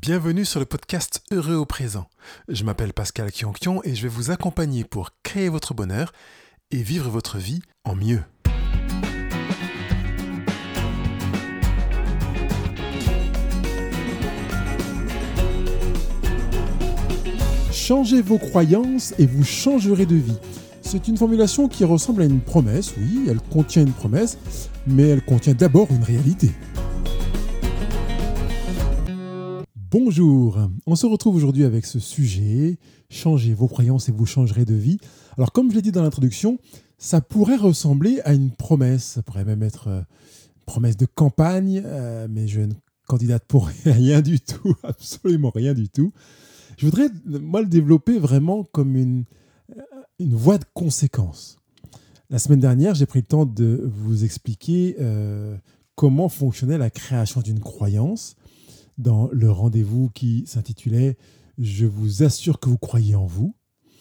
Bienvenue sur le podcast Heureux au présent. Je m'appelle Pascal Kionkion et je vais vous accompagner pour créer votre bonheur et vivre votre vie en mieux. Changez vos croyances et vous changerez de vie. C'est une formulation qui ressemble à une promesse, oui, elle contient une promesse, mais elle contient d'abord une réalité. Bonjour, on se retrouve aujourd'hui avec ce sujet, changez vos croyances et vous changerez de vie. Alors comme je l'ai dit dans l'introduction, ça pourrait ressembler à une promesse, ça pourrait même être une promesse de campagne, mais je ne candidate pour rien du tout, absolument rien du tout. Je voudrais, moi, le développer vraiment comme une voie de conséquence. La semaine dernière, j'ai pris le temps de vous expliquer comment fonctionnait la création d'une croyance dans le rendez-vous qui s'intitulait « Je vous assure que vous croyez en vous ».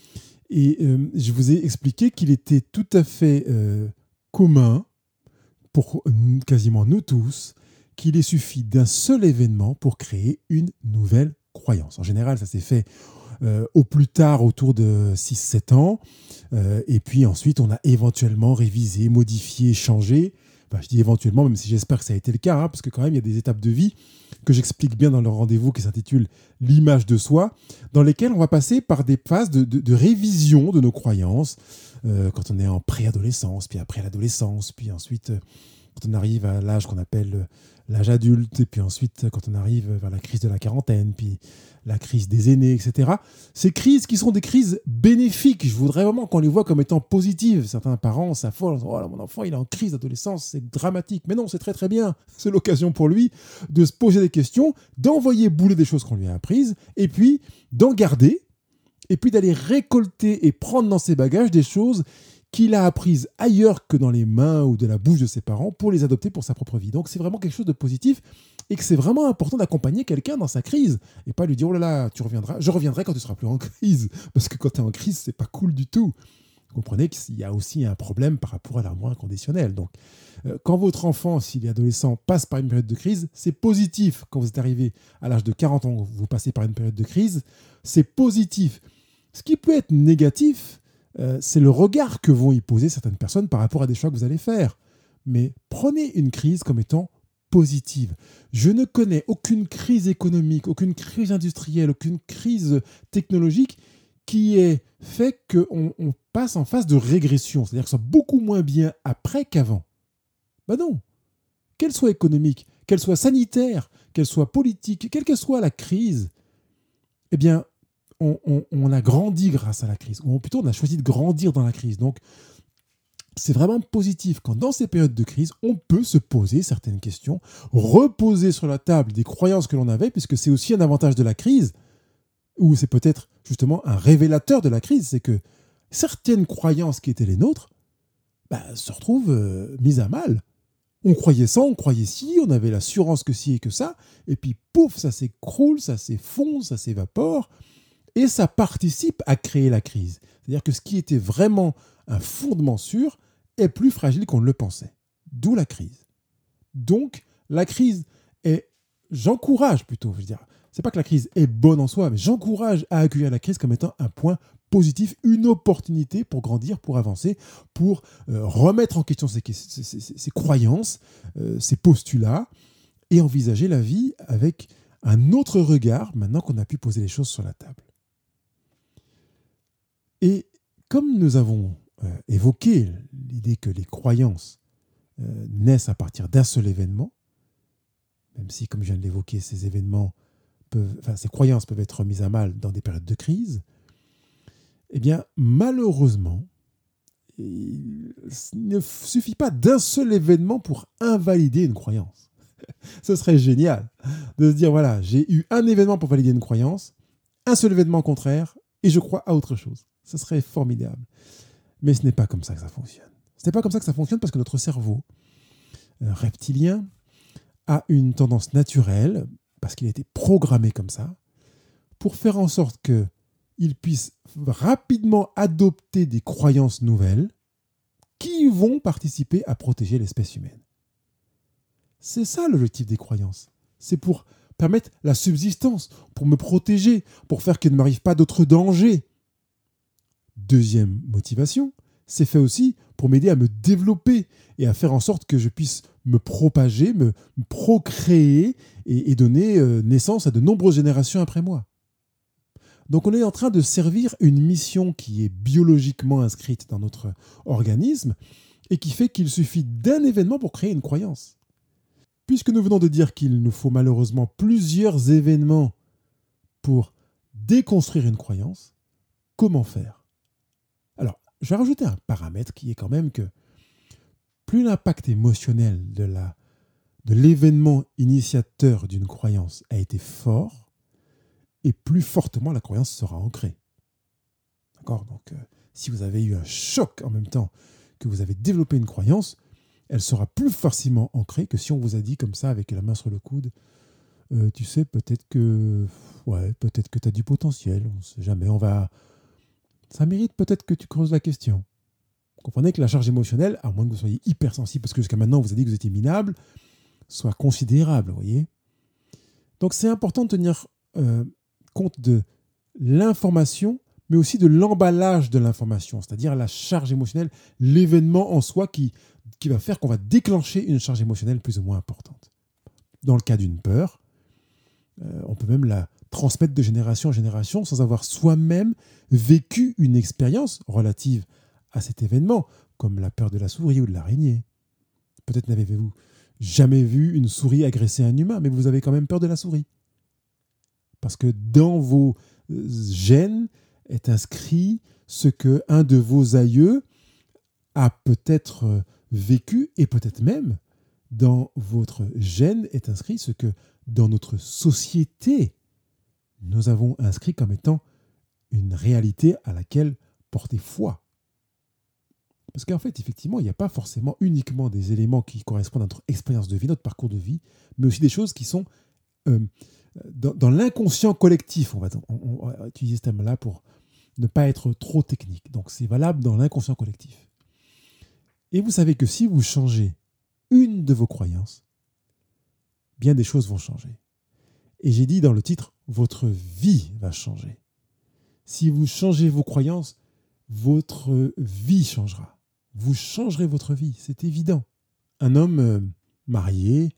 Et je vous ai expliqué qu'il était tout à fait commun pour quasiment nous tous qu'il ait suffi d'un seul événement pour créer une nouvelle croyance. En général, ça s'est fait au plus tard autour de 6-7 ans. Et puis ensuite, on a éventuellement révisé, modifié, changé. Enfin, je dis éventuellement, même si j'espère que ça a été le cas, parce que quand même, il y a des étapes de vie que j'explique bien dans le rendez-vous qui s'intitule « L'image de soi », dans lesquelles on va passer par des phases de révision de nos croyances, quand on est en préadolescence, puis après l'adolescence, puis ensuite quand on arrive à l'âge qu'on appelle l'âge adulte, et puis ensuite quand on arrive vers la crise de la quarantaine, puis la crise des aînés, etc. Ces crises qui sont des crises bénéfiques, je voudrais vraiment qu'on les voit comme étant positives. Certains parents s'affolent, oh là, mon enfant il est en crise d'adolescence, c'est dramatique. Mais non, c'est très très bien. C'est l'occasion pour lui de se poser des questions, d'envoyer bouler des choses qu'on lui a apprises, et puis d'en garder, et puis d'aller récolter et prendre dans ses bagages des choses qu'il a apprises ailleurs que dans les mains ou de la bouche de ses parents pour les adopter pour sa propre vie. Donc c'est vraiment quelque chose de positif et que c'est vraiment important d'accompagner quelqu'un dans sa crise et pas lui dire « Oh là là, tu reviendras, je reviendrai quand tu seras plus en crise » parce que quand tu es en crise, c'est pas cool du tout. Vous comprenez qu'il y a aussi un problème par rapport à l'amour inconditionnel. Donc quand votre enfant, s'il est adolescent, passe par une période de crise, c'est positif. Quand vous êtes arrivé à l'âge de 40 ans, vous passez par une période de crise, c'est positif. Ce qui peut être négatif, c'est le regard que vont y poser certaines personnes par rapport à des choix que vous allez faire. Mais prenez une crise comme étant positive. Je ne connais aucune crise économique, aucune crise industrielle, aucune crise technologique qui ait fait qu'on passe en phase de régression, c'est-à-dire que ce soit beaucoup moins bien après qu'avant. Ben non. Qu'elle soit économique, qu'elle soit sanitaire, qu'elle soit politique, quelle que soit la crise, eh bien, on a grandi grâce à la crise, ou plutôt on a choisi de grandir dans la crise. Donc, c'est vraiment positif quand dans ces périodes de crise, on peut se poser certaines questions, reposer sur la table des croyances que l'on avait, puisque c'est aussi un avantage de la crise, ou c'est peut-être justement un révélateur de la crise, c'est que certaines croyances qui étaient les nôtres se retrouvent mises à mal. On croyait ça, on croyait ci, on avait l'assurance que ci et que ça, et puis pouf, ça s'écroule, ça s'effondre, ça s'évapore. Et ça participe à créer la crise. C'est-à-dire que ce qui était vraiment un fondement sûr est plus fragile qu'on ne le pensait. D'où la crise. Donc, la crise est... J'encourage plutôt, je veux dire, c'est pas que la crise est bonne en soi, mais j'encourage à accueillir la crise comme étant un point positif, une opportunité pour grandir, pour avancer, pour remettre en question ses croyances, ses postulats, et envisager la vie avec un autre regard, maintenant qu'on a pu poser les choses sur la table. Et comme nous avons évoqué l'idée que les croyances naissent à partir d'un seul événement, même si, comme je viens de l'évoquer, ces croyances peuvent être mises à mal dans des périodes de crise, eh bien, malheureusement, il ne suffit pas d'un seul événement pour invalider une croyance. Ce serait génial de se dire, voilà, j'ai eu un événement pour valider une croyance, un seul événement contraire, et je crois à autre chose. Ce serait formidable. Mais ce n'est pas comme ça que ça fonctionne. Ce n'est pas comme ça que ça fonctionne parce que notre cerveau reptilien a une tendance naturelle, parce qu'il a été programmé comme ça, pour faire en sorte qu'il puisse rapidement adopter des croyances nouvelles qui vont participer à protéger l'espèce humaine. C'est ça l'objectif des croyances. C'est pour permettre la subsistance, pour me protéger, pour faire qu'il ne m'arrive pas d'autres dangers. Deuxième motivation, c'est fait aussi pour m'aider à me développer et à faire en sorte que je puisse me propager, me procréer et donner naissance à de nombreuses générations après moi. Donc on est en train de servir une mission qui est biologiquement inscrite dans notre organisme et qui fait qu'il suffit d'un événement pour créer une croyance. Puisque nous venons de dire qu'il nous faut malheureusement plusieurs événements pour déconstruire une croyance, comment faire ? Alors, je vais rajouter un paramètre qui est quand même que plus l'impact émotionnel de l'événement initiateur d'une croyance a été fort, et plus fortement la croyance sera ancrée. D'accord ? Donc, si vous avez eu un choc en même temps que vous avez développé une croyance, elle sera plus facilement ancrée que si on vous a dit comme ça, avec la main sur le coude, tu sais, peut-être que tu as du potentiel, on ne sait jamais, ça mérite peut-être que tu creuses la question. Vous comprenez que la charge émotionnelle, à moins que vous soyez hypersensible, parce que jusqu'à maintenant, on vous a dit que vous étiez minable, soit considérable, vous voyez ? Donc, c'est important de tenir compte de l'information, mais aussi de l'emballage de l'information, c'est-à-dire la charge émotionnelle, l'événement en soi qui va faire qu'on va déclencher une charge émotionnelle plus ou moins importante. Dans le cas d'une peur, on peut même la transmettre de génération en génération sans avoir soi-même vécu une expérience relative à cet événement, comme la peur de la souris ou de l'araignée. Peut-être n'avez-vous jamais vu une souris agresser un humain, mais vous avez quand même peur de la souris. Parce que dans vos gènes est inscrit ce qu'un de vos aïeux a peut-être vécu, et peut-être même dans votre gène est inscrit ce que dans notre société nous avons inscrit comme étant une réalité à laquelle porter foi. Parce qu'en fait, effectivement, il n'y a pas forcément uniquement des éléments qui correspondent à notre expérience de vie, notre parcours de vie, mais aussi des choses qui sont dans l'inconscient collectif. On va utiliser ce terme-là pour ne pas être trop technique. Donc, c'est valable dans l'inconscient collectif. Et vous savez que si vous changez une de vos croyances, bien des choses vont changer. Et j'ai dit dans le titre, votre vie va changer. Si vous changez vos croyances, votre vie changera. Vous changerez votre vie, c'est évident. Un homme marié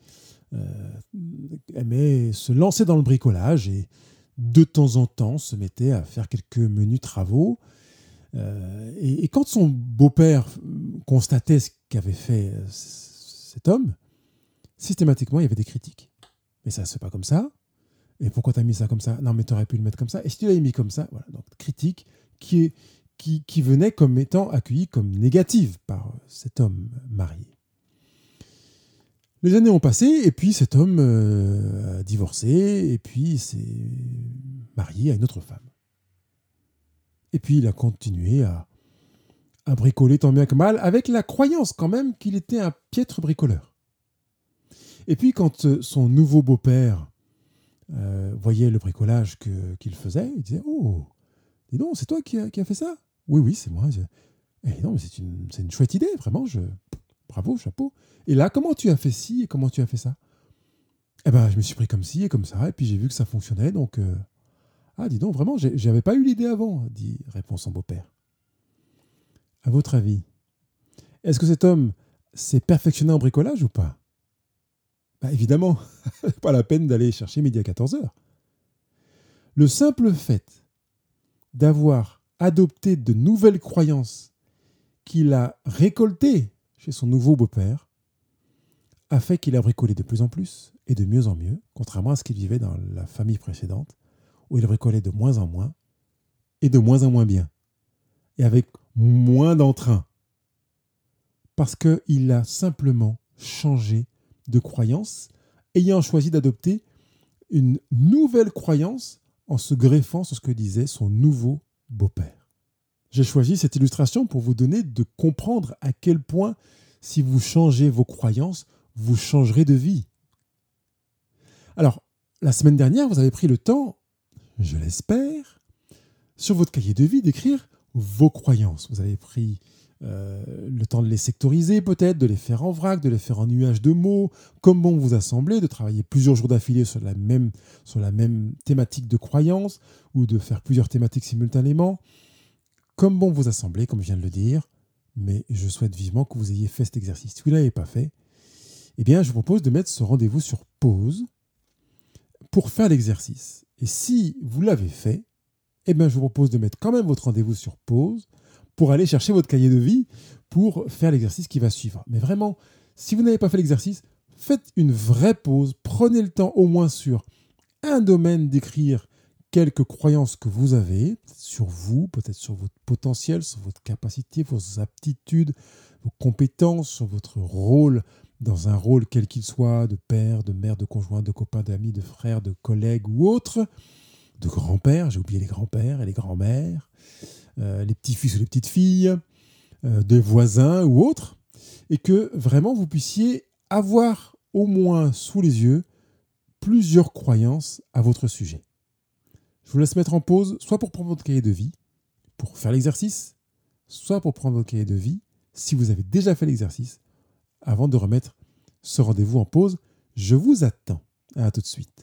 aimait se lancer dans le bricolage et de temps en temps se mettait à faire quelques menus travaux. Et quand son beau-père constatait ce qu'avait fait cet homme, systématiquement, il y avait des critiques. Mais ça ne se fait pas comme ça. Et pourquoi tu as mis ça comme ça ? Non, mais tu aurais pu le mettre comme ça. Et si tu l'avais mis comme ça, voilà. Donc, critique qui venait comme étant accueillie comme négative par cet homme marié. Les années ont passé, et puis cet homme a divorcé, et puis s'est marié à une autre femme. Et puis il a continué à bricoler tant bien que mal, avec la croyance quand même qu'il était un piètre bricoleur. Et puis quand son nouveau beau-père voyait le bricolage qu'il faisait, il disait « Oh, dis donc, c'est toi qui a fait ça ?»« Oui, c'est moi. » Eh non, mais c'est une chouette idée, vraiment, bravo, chapeau. Et là, comment tu as fait ci et comment tu as fait ça ? Eh ben, je me suis pris comme ci et comme ça, et puis j'ai vu que ça fonctionnait, donc... Ah, dis donc, vraiment, j'avais pas eu l'idée avant, répond son beau-père. À votre avis, est-ce que cet homme s'est perfectionné en bricolage ou pas ? Bah, évidemment, pas la peine d'aller chercher midi à 14h. Le simple fait d'avoir adopté de nouvelles croyances qu'il a récoltées chez son nouveau beau-père a fait qu'il a bricolé de plus en plus et de mieux en mieux, contrairement à ce qu'il vivait dans la famille précédente, où il bricolait de moins en moins et de moins en moins bien, et avec moins d'entrain, parce qu'il a simplement changé de croyance, ayant choisi d'adopter une nouvelle croyance en se greffant sur ce que disait son nouveau beau-père. J'ai choisi cette illustration pour vous donner de comprendre à quel point, si vous changez vos croyances, vous changerez de vie. Alors, la semaine dernière, vous avez pris le temps, je l'espère, sur votre cahier de vie d'écrire vos croyances. Vous avez pris le temps de les sectoriser peut-être, de les faire en vrac, de les faire en nuage de mots, comme bon vous a semblé, de travailler plusieurs jours d'affilée sur la même thématique de croyance, ou de faire plusieurs thématiques simultanément, comme bon vous a semblé, comme je viens de le dire, mais je souhaite vivement que vous ayez fait cet exercice. Si vous ne l'avez pas fait, eh bien, je vous propose de mettre ce rendez-vous sur pause pour faire l'exercice. Et si vous l'avez fait, eh bien, je vous propose de mettre quand même votre rendez-vous sur pause pour aller chercher votre cahier de vie pour faire l'exercice qui va suivre. Mais vraiment, si vous n'avez pas fait l'exercice, faites une vraie pause, prenez le temps au moins sur un domaine d'écrire quelques croyances que vous avez sur vous, peut-être sur votre potentiel, sur votre capacité, vos aptitudes, vos compétences, sur votre rôle dans un rôle quel qu'il soit, de père, de mère, de conjoint, de copain, d'amis, de frère, de collègue ou autre, de grand-père, j'ai oublié les grands-pères et les grands-mères, les petits-fils ou les petites-filles, des voisins ou autres, et que vraiment vous puissiez avoir au moins sous les yeux plusieurs croyances à votre sujet. Je vous laisse mettre en pause, soit pour prendre votre cahier de vie, pour faire l'exercice, soit pour prendre votre cahier de vie, si vous avez déjà fait l'exercice, avant de remettre ce rendez-vous en pause. Je vous attends. À tout de suite.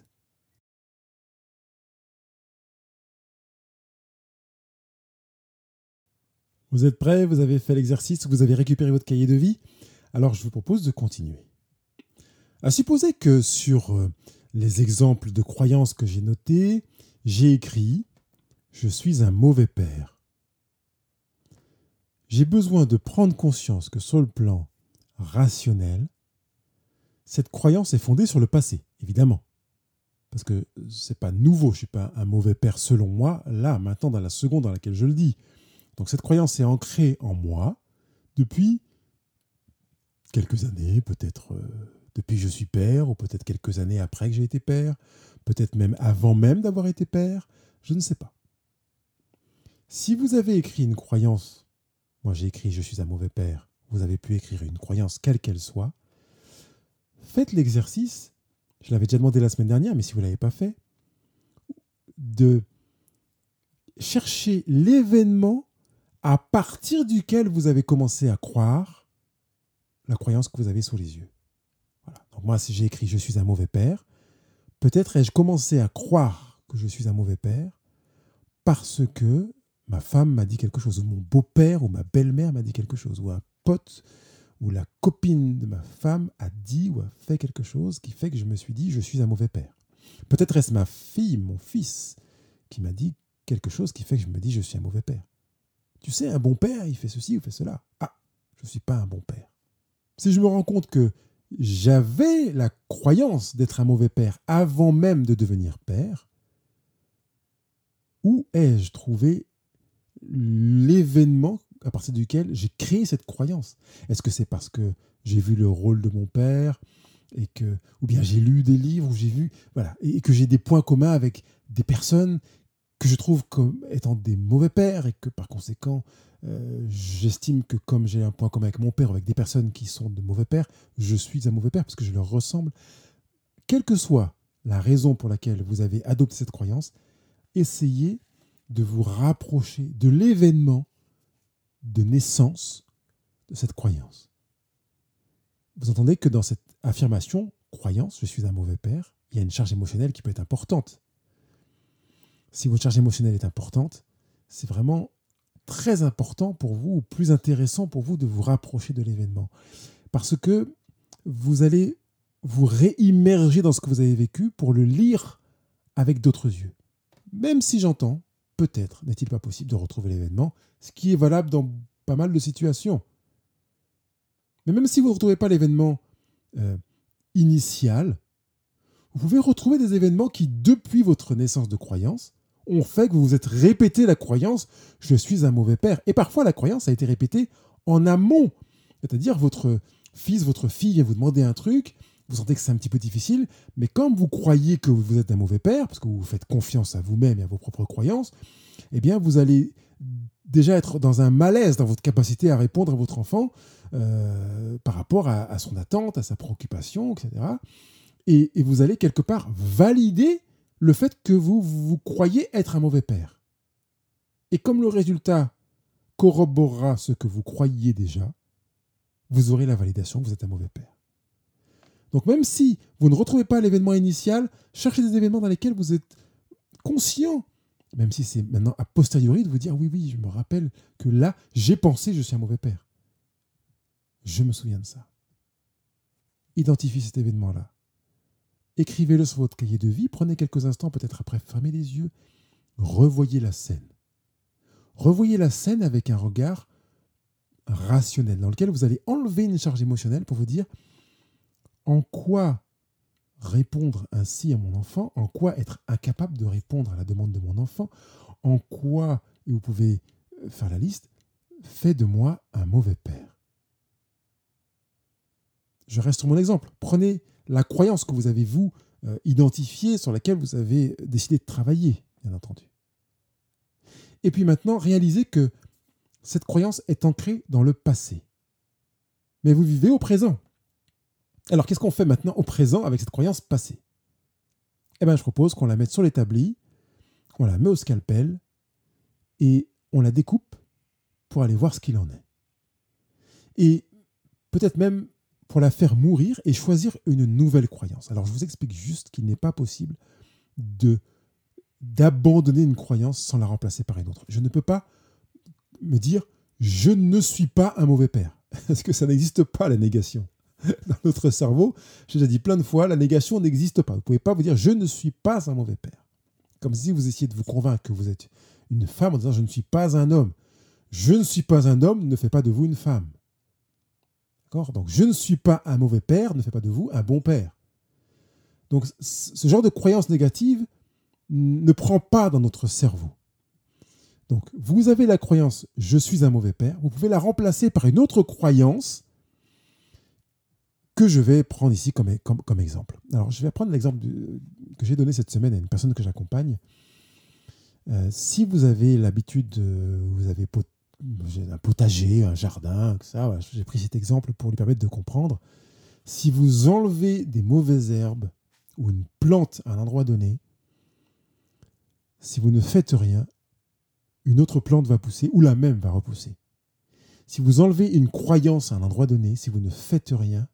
Vous êtes prêts? Vous avez fait l'exercice? Vous avez récupéré votre cahier de vie? Alors je vous propose de continuer. À supposer que sur les exemples de croyances que j'ai notés, j'ai écrit « Je suis un mauvais père ». J'ai besoin de prendre conscience que sur le plan rationnel, cette croyance est fondée sur le passé, évidemment. Parce que ce n'est pas nouveau, je ne suis pas un mauvais père selon moi, là, maintenant, dans la seconde dans laquelle je le dis. Donc cette croyance est ancrée en moi depuis quelques années, peut-être depuis que je suis père, ou peut-être quelques années après que j'ai été père, peut-être même avant même d'avoir été père, je ne sais pas. Si vous avez écrit une croyance, moi j'ai écrit « je suis un mauvais père », vous avez pu écrire une croyance quelle qu'elle soit, faites l'exercice, je l'avais déjà demandé la semaine dernière, mais si vous ne l'avez pas fait, de chercher l'événement à partir duquel vous avez commencé à croire la croyance que vous avez sous les yeux. Voilà. Donc moi, si j'ai écrit « je suis un mauvais père », peut-être ai-je commencé à croire que je suis un mauvais père parce que ma femme m'a dit quelque chose, ou mon beau-père ou ma belle-mère m'a dit quelque chose, ou un pote ou la copine de ma femme a dit ou a fait quelque chose qui fait que je me suis dit « je suis un mauvais père ». Peut-être est-ce ma fille, mon fils, qui m'a dit quelque chose qui fait que je me dis « je suis un mauvais père ». Tu sais, un bon père, il fait ceci ou fait cela. Ah, je ne suis pas un bon père. Si je me rends compte que j'avais la croyance d'être un mauvais père avant même de devenir père, où ai-je trouvé l'événement à partir duquel j'ai créé cette croyance? Est-ce que c'est parce que j'ai vu le rôle de mon père et que, ou bien j'ai lu des livres où j'ai vu, voilà, et que j'ai des points communs avec des personnes que je trouve comme étant des mauvais pères et que par conséquent, j'estime que comme j'ai un point commun avec mon père, avec des personnes qui sont de mauvais pères, je suis un mauvais père parce que je leur ressemble. Quelle que soit la raison pour laquelle vous avez adopté cette croyance, essayez de vous rapprocher de l'événement de naissance de cette croyance. Vous entendez que dans cette affirmation, croyance, je suis un mauvais père, il y a une charge émotionnelle qui peut être importante. Si votre charge émotionnelle est importante, c'est vraiment très important pour vous, ou plus intéressant pour vous de vous rapprocher de l'événement. Parce que vous allez vous réimmerger dans ce que vous avez vécu pour le lire avec d'autres yeux. Même si j'entends, peut-être n'est-il pas possible de retrouver l'événement, ce qui est valable dans pas mal de situations. Mais même si vous ne retrouvez pas l'événement initial, vous pouvez retrouver des événements qui, depuis votre naissance de croyance, ont fait que vous vous êtes répété la croyance « je suis un mauvais père ». Et parfois, la croyance a été répétée en amont. C'est-à-dire, votre fils, votre fille vient vous demander un truc, vous sentez que c'est un petit peu difficile, mais comme vous croyez que vous êtes un mauvais père, parce que vous faites confiance à vous-même et à vos propres croyances, eh bien, vous allez déjà être dans un malaise dans votre capacité à répondre à votre enfant par rapport à son attente, à sa préoccupation, etc. Et vous allez quelque part valider le fait que vous croyez être un mauvais père. Et comme le résultat corroborera ce que vous croyiez déjà, vous aurez la validation que vous êtes un mauvais père. Donc même si vous ne retrouvez pas l'événement initial, cherchez des événements dans lesquels vous êtes conscient, même si c'est maintenant a posteriori de vous dire oui, je me rappelle que là, j'ai pensé je suis un mauvais père. Je me souviens de ça. Identifiez cet événement-là. Écrivez-le sur votre cahier de vie, prenez quelques instants, peut-être après, fermez les yeux, revoyez la scène. Revoyez la scène avec un regard rationnel, dans lequel vous allez enlever une charge émotionnelle pour vous dire en quoi répondre ainsi à mon enfant, en quoi être incapable de répondre à la demande de mon enfant, en quoi, et vous pouvez faire la liste, fait de moi un mauvais père. Je reste sur mon exemple. Prenez la croyance que vous avez, vous, identifiée, sur laquelle vous avez décidé de travailler, bien entendu. Et puis maintenant, réalisez que cette croyance est ancrée dans le passé. Mais vous vivez au présent. Alors, qu'est-ce qu'on fait maintenant au présent avec cette croyance passée ? Eh bien, je propose qu'on la mette sur l'établi, on la met au scalpel et on la découpe pour aller voir ce qu'il en est. Et peut-être même pour la faire mourir et choisir une nouvelle croyance. Alors, je vous explique juste qu'il n'est pas possible d'abandonner une croyance sans la remplacer par une autre. Je ne peux pas me dire « je ne suis pas un mauvais père ». Parce que ça n'existe pas, la négation. Dans notre cerveau, j'ai déjà dit plein de fois, la négation n'existe pas. Vous ne pouvez pas vous dire « je ne suis pas un mauvais père ». Comme si vous essayez de vous convaincre que vous êtes une femme en disant « je ne suis pas un homme ». Je ne suis pas un homme ne fait pas de vous une femme. D'accord ? Donc, je ne suis pas un mauvais père ne fait pas de vous un bon père. Donc, ce genre de croyance négative ne prend pas dans notre cerveau. Donc, vous avez la croyance « je suis un mauvais père », vous pouvez la remplacer par une autre croyance que je vais prendre ici comme exemple. Alors, je vais prendre l'exemple que j'ai donné cette semaine à une personne que j'accompagne. Si vous avez l'habitude, vous avez un potager, un jardin, ça, voilà, j'ai pris cet exemple pour lui permettre de comprendre. Si vous enlevez des mauvaises herbes ou une plante à un endroit donné, si vous ne faites rien, une autre plante va pousser ou la même va repousser. Si vous enlevez une croyance à un endroit donné, si vous ne faites rien,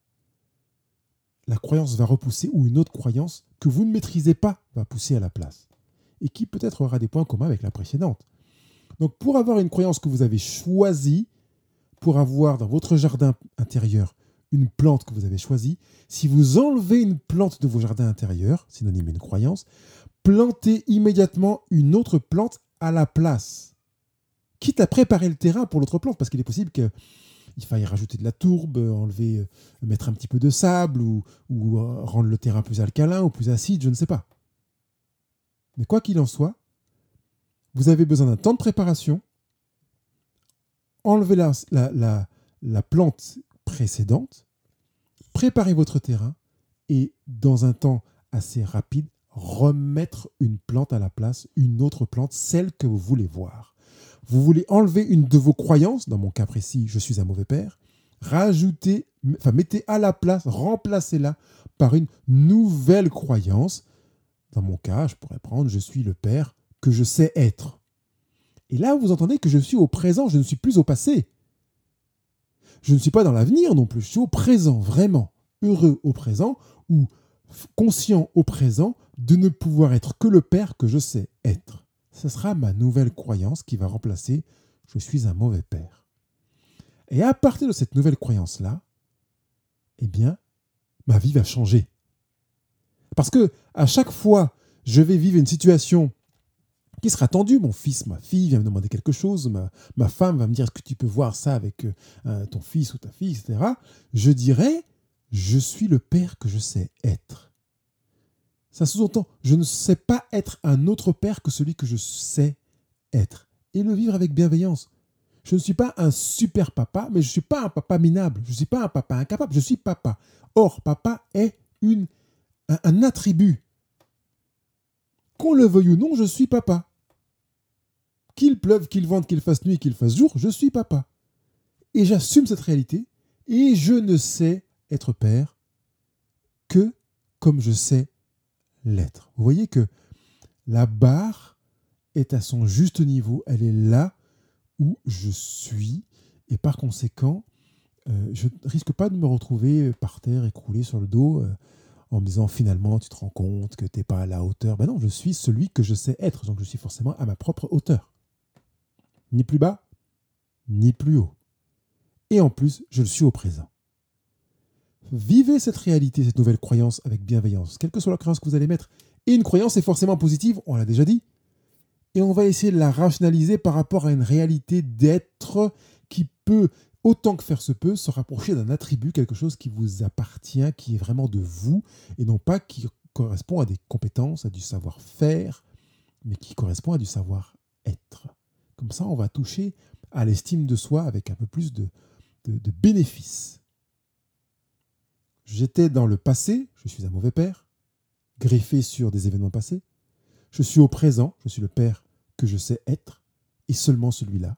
la croyance va repousser ou une autre croyance que vous ne maîtrisez pas va pousser à la place et qui peut-être aura des points communs avec la précédente. Donc pour avoir une croyance que vous avez choisie, pour avoir dans votre jardin intérieur une plante que vous avez choisie, si vous enlevez une plante de vos jardins intérieurs, synonyme une croyance, plantez immédiatement une autre plante à la place. Quitte à préparer le terrain pour l'autre plante, parce qu'il est possible qu'il faille rajouter de la tourbe, mettre un petit peu de sable ou rendre le terrain plus alcalin ou plus acide, je ne sais pas. Mais quoi qu'il en soit, vous avez besoin d'un temps de préparation. Enlevez la plante précédente, préparez votre terrain et dans un temps assez rapide, remettre une plante à la place, une autre plante, celle que vous voulez voir. Vous voulez enlever une de vos croyances, dans mon cas précis, je suis un mauvais père, mettez à la place, remplacez-la par une nouvelle croyance. Dans mon cas, je pourrais prendre je suis le père que je sais être. Et là, vous entendez que je suis au présent, je ne suis plus au passé. Je ne suis pas dans l'avenir non plus, je suis au présent, vraiment heureux au présent ou conscient au présent de ne pouvoir être que le père que je sais être. Ce sera ma nouvelle croyance qui va remplacer « je suis un mauvais père ». Et à partir de cette nouvelle croyance-là, eh bien, ma vie va changer. Parce que à chaque fois, je vais vivre une situation qui sera tendue. Mon fils, ma fille vient me demander quelque chose, ma femme va me dire « est-ce que tu peux voir ça avec ton fils ou ta fille, etc. » Je dirais « je suis le père que je sais être ». Ça sous-entend, je ne sais pas être un autre père que celui que je sais être. Et le vivre avec bienveillance. Je ne suis pas un super papa, mais je ne suis pas un papa minable. Je ne suis pas un papa incapable, je suis papa. Or, papa est un attribut. Qu'on le veuille ou non, je suis papa. Qu'il pleuve, qu'il vente, qu'il fasse nuit, qu'il fasse jour, je suis papa. Et j'assume cette réalité et je ne sais être père que comme je sais l'être. Vous voyez que la barre est à son juste niveau, elle est là où je suis, et par conséquent, je ne risque pas de me retrouver par terre, écroulé sur le dos, en me disant finalement tu te rends compte que tu n'es pas à la hauteur. Ben non, je suis celui que je sais être, donc je suis forcément à ma propre hauteur. Ni plus bas, ni plus haut. Et en plus, je le suis au présent. Vivez cette réalité, cette nouvelle croyance avec bienveillance, quelle que soit la croyance que vous allez mettre. Et une croyance est forcément positive, on l'a déjà dit. Et on va essayer de la rationaliser par rapport à une réalité d'être qui peut, autant que faire se peut, se rapprocher d'un attribut, quelque chose qui vous appartient, qui est vraiment de vous, et non pas qui correspond à des compétences, à du savoir-faire, mais qui correspond à du savoir-être. Comme ça, on va toucher à l'estime de soi avec un peu plus de bénéfices. J'étais dans le passé, je suis un mauvais père, greffé sur des événements passés. Je suis au présent, je suis le père que je sais être, et seulement celui-là.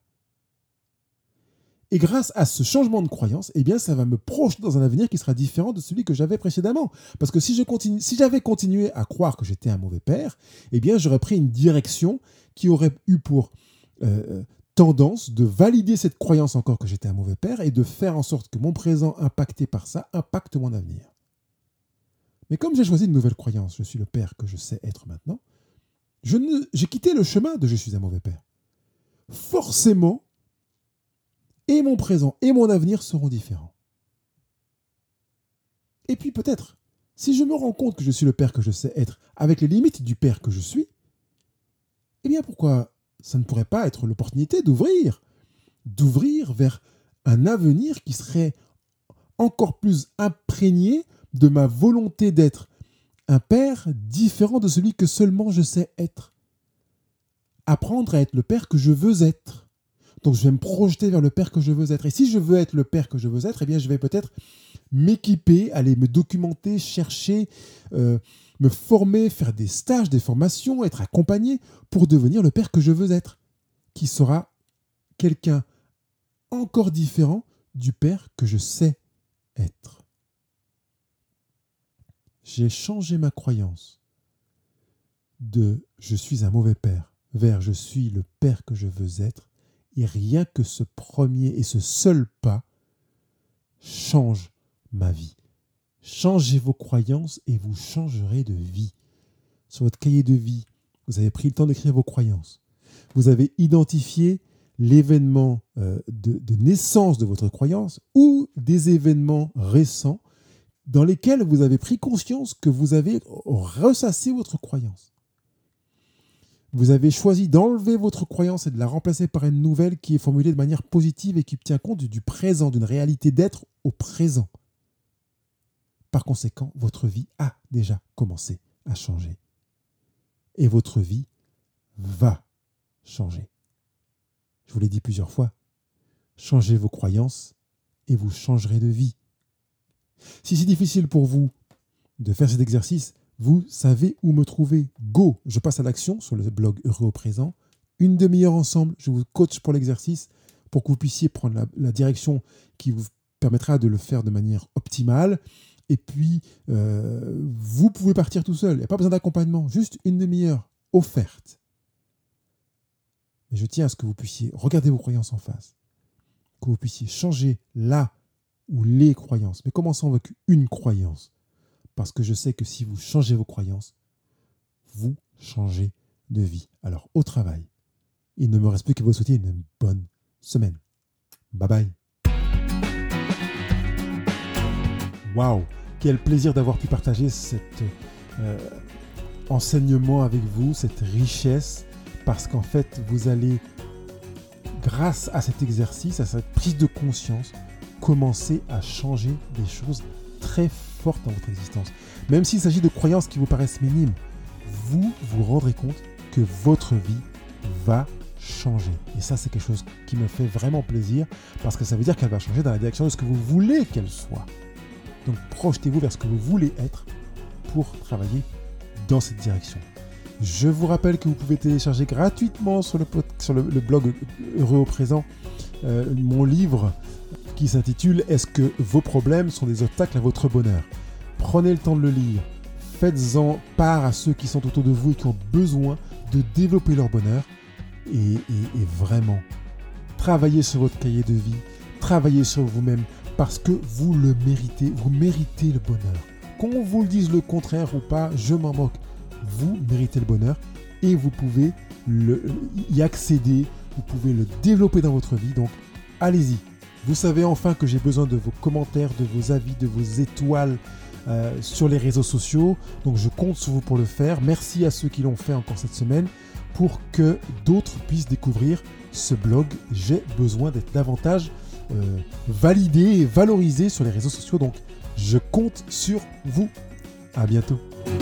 Et grâce à ce changement de croyance, eh bien, ça va me projeter dans un avenir qui sera différent de celui que j'avais précédemment. Parce que si j'avais continué à croire que j'étais un mauvais père, eh bien, j'aurais pris une direction qui aurait eu pour tendance de valider cette croyance encore que j'étais un mauvais père et de faire en sorte que mon présent, impacté par ça, impacte mon avenir. Mais comme j'ai choisi une nouvelle croyance, je suis le père que je sais être maintenant, j'ai quitté le chemin de je suis un mauvais père. Forcément, et mon présent et mon avenir seront différents. Et puis peut-être, si je me rends compte que je suis le père que je sais être avec les limites du père que je suis, eh bien pourquoi ça ne pourrait pas être l'opportunité d'ouvrir vers un avenir qui serait encore plus imprégné de ma volonté d'être un père différent de celui que seulement je sais être. Apprendre à être le père que je veux être. Donc je vais me projeter vers le père que je veux être. Et si je veux être le père que je veux être, eh bien je vais peut-être m'équiper, aller me documenter, chercher, me former, faire des stages, des formations, être accompagné pour devenir le père que je veux être, qui sera quelqu'un encore différent du père que je sais être. J'ai changé ma croyance de « je suis un mauvais père » vers « je suis le père que je veux être ». Et rien que ce premier et ce seul pas change ma vie. Changez vos croyances et vous changerez de vie. Sur votre cahier de vie, vous avez pris le temps d'écrire vos croyances. Vous avez identifié l'événement de naissance de votre croyance ou des événements récents dans lesquels vous avez pris conscience que vous avez ressassé votre croyance. Vous avez choisi d'enlever votre croyance et de la remplacer par une nouvelle qui est formulée de manière positive et qui tient compte du présent, d'une réalité d'être au présent. Par conséquent, votre vie a déjà commencé à changer. Et votre vie va changer. Je vous l'ai dit plusieurs fois, changez vos croyances et vous changerez de vie. Si c'est difficile pour vous de faire cet exercice, vous savez où me trouver. Go! Je passe à l'action sur le blog Heureux au présent. Une demi-heure ensemble, je vous coach pour l'exercice pour que vous puissiez prendre la direction qui vous permettra de le faire de manière optimale. Et puis, vous pouvez partir tout seul. Il n'y a pas besoin d'accompagnement. Juste une demi-heure offerte. Mais je tiens à ce que vous puissiez regarder vos croyances en face. Que vous puissiez changer là ou les croyances. Mais commençons avec une croyance. Parce que je sais que si vous changez vos croyances, vous changez de vie. Alors, au travail, il ne me reste plus qu'à vous souhaiter une bonne semaine. Bye bye. Waouh, quel plaisir d'avoir pu partager cet enseignement avec vous, cette richesse, parce qu'en fait, vous allez, grâce à cet exercice, à cette prise de conscience, commencer à changer des choses très fortes dans votre existence. Même s'il s'agit de croyances qui vous paraissent minimes, vous vous rendrez compte que votre vie va changer. Et ça, c'est quelque chose qui me fait vraiment plaisir parce que ça veut dire qu'elle va changer dans la direction de ce que vous voulez qu'elle soit. Donc, projetez-vous vers ce que vous voulez être pour travailler dans cette direction. Je vous rappelle que vous pouvez télécharger gratuitement sur le blog Heureux au présent mon livre qui s'intitule « Est-ce que vos problèmes sont des obstacles à votre bonheur ?» Prenez le temps de le lire. Faites-en part à ceux qui sont autour de vous et qui ont besoin de développer leur bonheur. Et vraiment, travaillez sur votre cahier de vie, travaillez sur vous-même parce que vous le méritez, vous méritez le bonheur. Qu'on vous le dise le contraire ou pas, je m'en moque. Vous méritez le bonheur et vous pouvez y accéder, vous pouvez le développer dans votre vie, donc allez-y. Vous savez enfin que j'ai besoin de vos commentaires, de vos avis, de vos étoiles sur les réseaux sociaux, donc je compte sur vous pour le faire. Merci à ceux qui l'ont fait encore cette semaine pour que d'autres puissent découvrir ce blog. J'ai besoin d'être davantage validé et valorisé sur les réseaux sociaux, donc je compte sur vous. À bientôt.